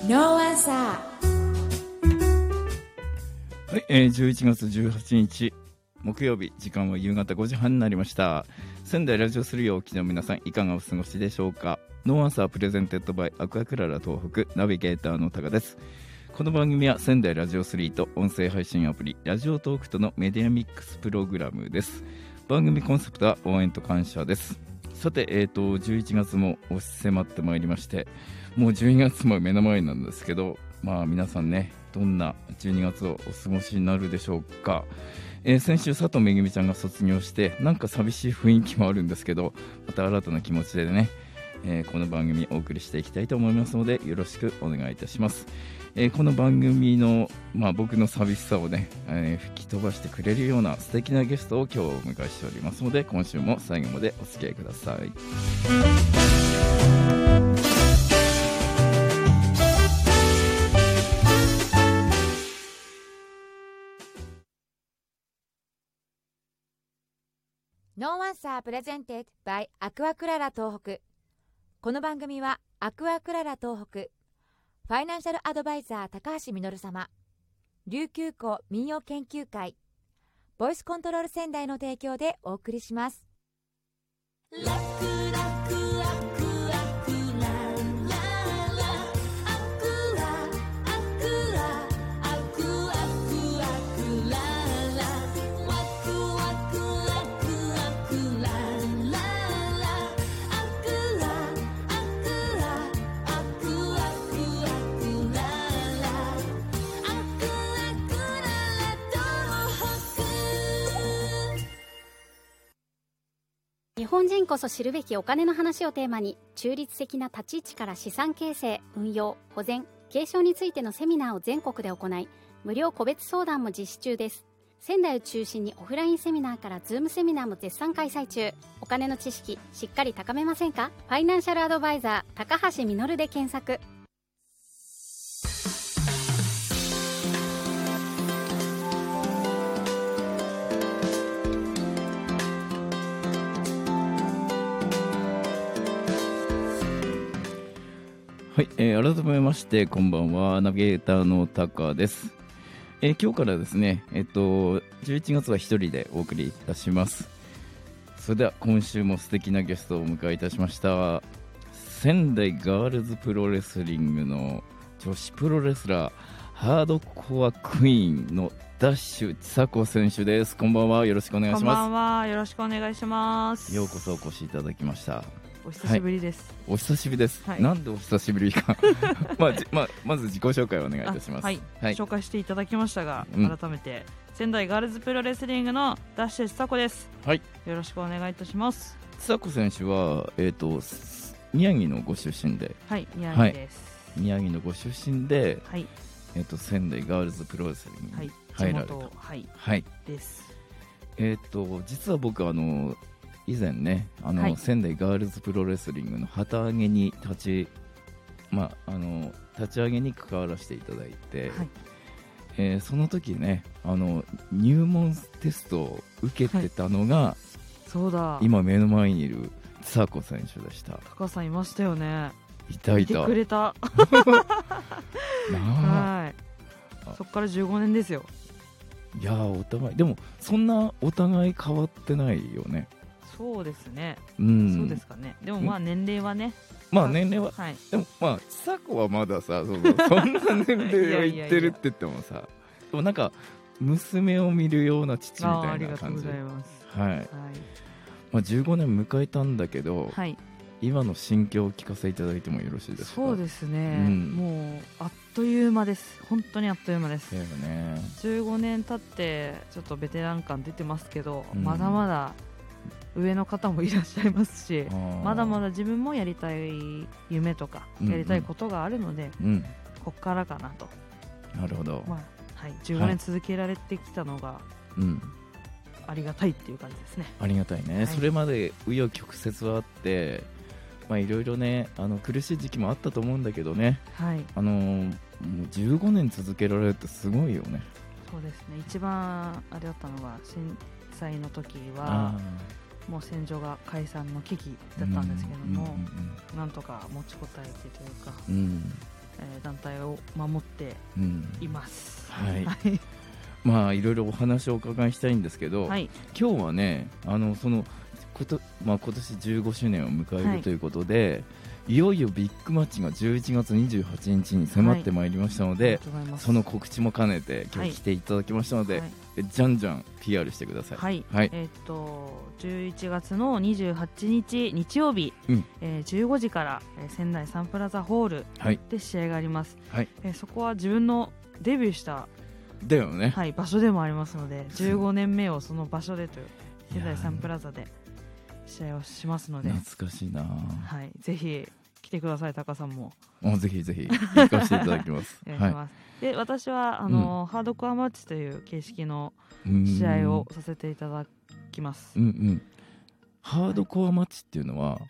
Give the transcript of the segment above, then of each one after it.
No answer。 はい、11月18日木曜日、時間は夕方5時半になりました。仙台ラジオ3をお聞きの皆さん、いかがお過ごしでしょうか。ノーアンサープレゼンテッドバイアクアクララ東北、ナビゲーターのタカです。この番組は仙台ラジオ3と音声配信アプリラジオトークとのメディアミックスプログラムです。番組コンセプトは応援と感謝です。さて、11月も押し迫ってまいりまして、もう12月も目の前なんですけど、皆さんね、どんな12月をお過ごしになるでしょうか。先週佐藤めぐみちゃんが卒業して、なんか寂しい雰囲気もあるんですけど、また新たな気持ちでね、この番組お送りしていきたいと思いますので、よろしくお願いいたします。この番組の、僕の寂しさをね、吹き飛ばしてくれるような素敵なゲストを今日お迎えしておりますので、今週も最後までお付き合いください。 ノーアンサープレゼンテッドバイアクアクララ東北。この番組はアクアクララ東北、ファイナンシャルアドバイザー高橋実様、琉球湖民謡研究会、ボイスコントロール仙台の提供でお送りします。 日本人こそ知るべきお金の話をテーマに、中立的な立ち位置から資産形成、運用、保全、継承についてのセミナーを全国で行い、無料個別相談も実施中です。仙台を中心にオフラインセミナーからズームセミナーも絶賛開催中。お金の知識しっかり高めませんか？ファイナンシャルアドバイザー高橋実で検索。 はい、改めましてこんばんは、ナビゲーターのタカです。今日からですね、11月は一人でお送りいたします。それでは今週も素敵なゲストをお迎えいたしました。仙台ガールズプロレスリングの女子プロレスラー、ハードコアクイーンのダッシュ千佐子選手です。こんばんは、よろしくお願いします。 こんばんは、よろしくお願いします。 ようこそお越しいただきました。 お久しぶりです。 はい、お久しぶりです。 はい、 なんでお久しぶりかまず自己紹介をお願いいたします。 はい、紹介していただきましたが、改めて仙台ガールズプロレスリングのダッシュ千佐子です。 はい、 よろしくお願いいたします。 千佐子選手は、宮城のご出身で、 はい、宮城です。 はい、宮城のご出身で、 はい、 仙台ガールズプロレスリングに入られた、 はいはい、 です。 実は僕以前ね、はい、仙台ガールズプロレスリングの旗揚げに立ち上げに関わらせていただいて、はい、その時ね、入門テストを受けてたのが、はい、 そうだ、 今目の前にいる千佐子選手でした。 高さんいましたよね。 いたいてくれたはい、そっから15年ですよ。 いやお互いでもそんなお互い変わってないよね。 そうですね、 うん、 そうですかね。でも年齢はね、 年齢は、はい、でも千佐子はまださ、そんな年齢を言ってるって言ってもさでもなんか娘を見るような父みたいな感じ。 ありがとうございます。 はい、はい、15年迎えたんだけど、はい、今の心境を聞かせていただいてもよろしいですか？ そうですね、もうあっという間です。本当にあっという間です。 だよね。 15年経ってちょっとベテラン感出てますけど、まだまだ上の方もいらっしゃいますし、まだまだ自分もやりたい夢とかやりたいことがあるので、こっからかなと。 なるほど。 はい、15年続けられてきたのが、ありがたいっていう感じですね。 ありがたいね、はい、それまで紆余曲折はあって、いろいろね苦しい時期もあったと思うんだけどね、はい、もう15年続けられるってすごいよね。 そうですね。一番あれだったのが震災の時はもう戦場が解散の危機だったんですけども、なんとか持ちこたえてというか、 団体を守っています、 まあいろいろお話をお伺いしたいんですけど、 はい、 今日はねその今年15周年を迎えるということで、いよいよビッグマッチが11月28日に迫ってまいりましたので、その告知も兼ねて今日来ていただきましたので、じゃんじゃん PR してください。 11月の28日日曜日、15時から、仙台サンプラザホールで試合があります、そこは自分のデビューしただよね、 場所でもありますので、15年目をその場所でという仙台サンプラザで試合をしますので、 懐かしいな、 ぜひ来てください。タカさんもぜひぜひ行かせていただきますお願いします、で私はハードコアマッチという形式の試合をさせていただきます。 ハードコアマッチっていうのは、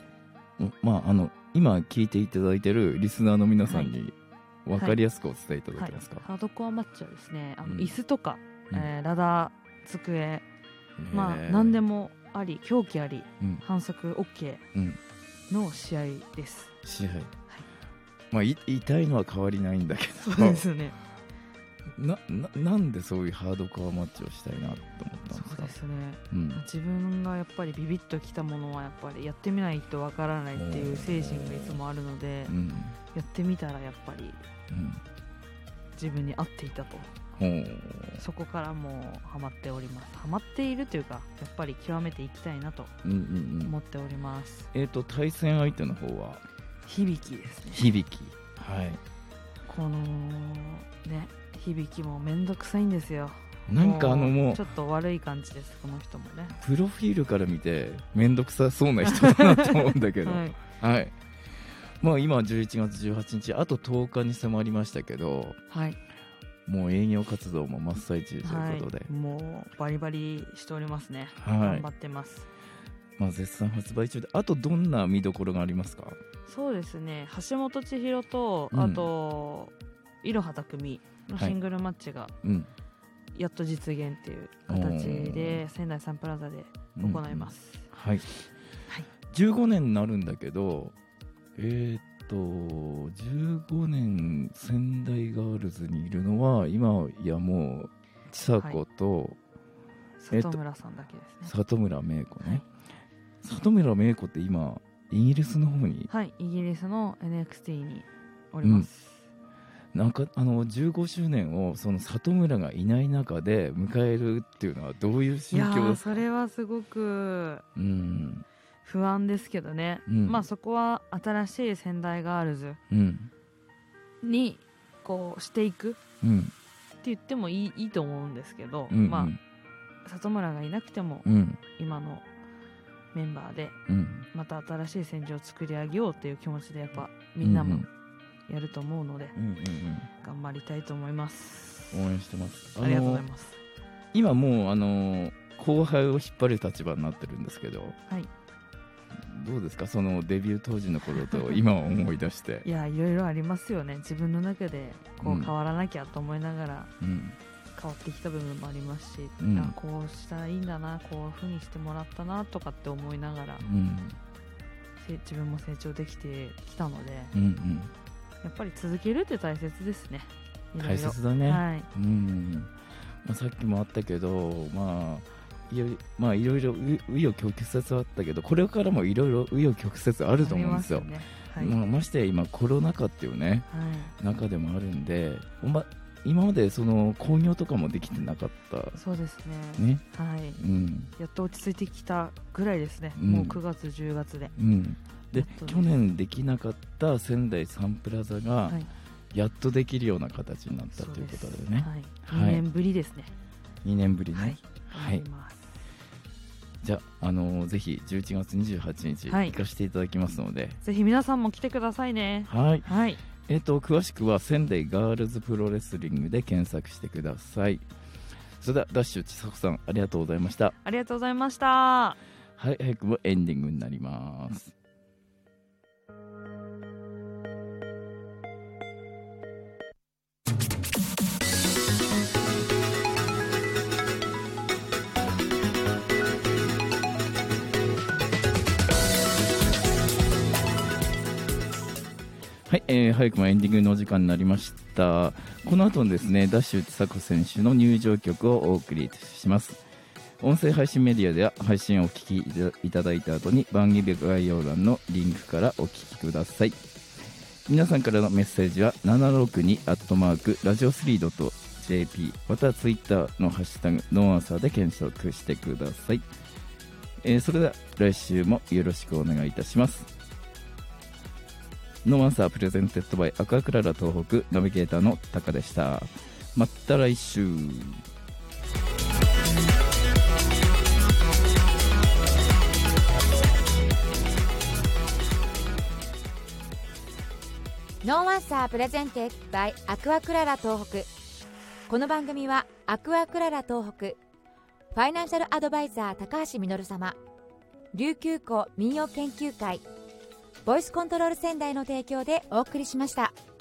今聞いていただいているリスナーの皆さんに分かりやすくお伝えいただけますか。 ハードコアマッチはですね、椅子とか、ラダー、机、何でもあり、狂気あり、反則 OK の試合です。 試合、痛いのは変わりないんだけど、 そうですね。 なんでそういうハードコアマッチをしたいなと思ったんですか。 そうですね、自分がやっぱりビビッときたものはやっぱりやってみないとわからないっていう精神がいつもあるので、やってみたらやっぱり、自分に合っていたと、そこからもうハマっております。ハマっているというか、やっぱり極めていきたいなと思っております。 対戦相手の方は響ですね。 響、 このね、響もめんどくさいんですよ。 なんかもうちょっと悪い感じです、この人もね。 プロフィールから見てめんどくさそうな人だなと思うんだけど今11月18日あと10日に迫りましたけど、もう営業活動も真っ最中ということで、 もうバリバリしておりますね、頑張ってます。 絶賛発売中で、あとどんな見どころがありますか。 そうですね、橋本千尋と、あといろはたくみのシングルマッチがやっと実現っていう形で仙台サンプラザで行います。 15年になるんだけど、15年仙台ガールズにいるのは今やもう千佐子と、 里村さんだけですね。 里村芽衣子ね、里村芽衣子って今イギリスの方に、 イギリスの NXT におります。 なんか15周年をその里村がいない中で迎えるっていうのはどういう心境ですか。 それはすごく不安ですけどね、そこは新しい仙台ガールズにこうしていくって言ってもいいと思うんですけど、里村がいなくても今のメンバーでまた新しい戦場を作り上げようっていう気持ちでやっぱみんなもやると思うので、頑張りたいと思います。 応援してます。 ありがとうございます。 今もう後輩を引っ張る立場になってるんですけど、どうですか、そのデビュー当時の頃と今思い出していろいろありますよね。自分の中でこう変わらなきゃと思いながら変わってきた部分もありますし、こうしたらいいんだな、こういう風にしてもらったなとかって思いながら、自分も成長できてきたので、やっぱり続けるって大切ですね。 大切だね。さっきもあったけど、いろいろ紆余曲折あったけど、これからもいろいろ紆余曲折あると思うんですよ。ましてや今コロナ禍っていうね、中でもあるんで、今までその興行とかもできてなかった。 そうですね。やっと落ち着いてきたぐらいですね。もう9月10月で。 で去年できなかった仙台サンプラザがやっとできるような形になったということでね。 2年ぶりですね。 2年ぶりね。じゃあ、ぜひ11月28日行かせていただきますので、 ぜひ皆さんも来てくださいね。 詳しくは仙台ガールズプロレスリングで検索してください。それではダッシュちさ子さん、ありがとうございました。 ありがとうございました。 早くもエンディングになります。 はい、早くもエンディングのお時間になりました。この後ですね、ダッシュ千佐子選手の入場曲をお送りします。音声配信メディアでは配信をお聞きいただいた後に番組概要欄のリンクからお聞きください。皆さんからのメッセージは762@ラジオ3.jp またはツイッターのハッシュタグノーアンサーで検索してください。それでは来週もよろしくお願いいたします。ノーアンサープレゼンテッドバイアクアクララ東北ナビゲーターのタカでした。また来週。 ノーアンサープレゼンテッドバイアクアクララ東北。この番組はアクアクララ東北、ファイナンシャルアドバイザー高橋実様、琉球湖民謡研究会、ボイスコントロール仙台の提供でお送りしました。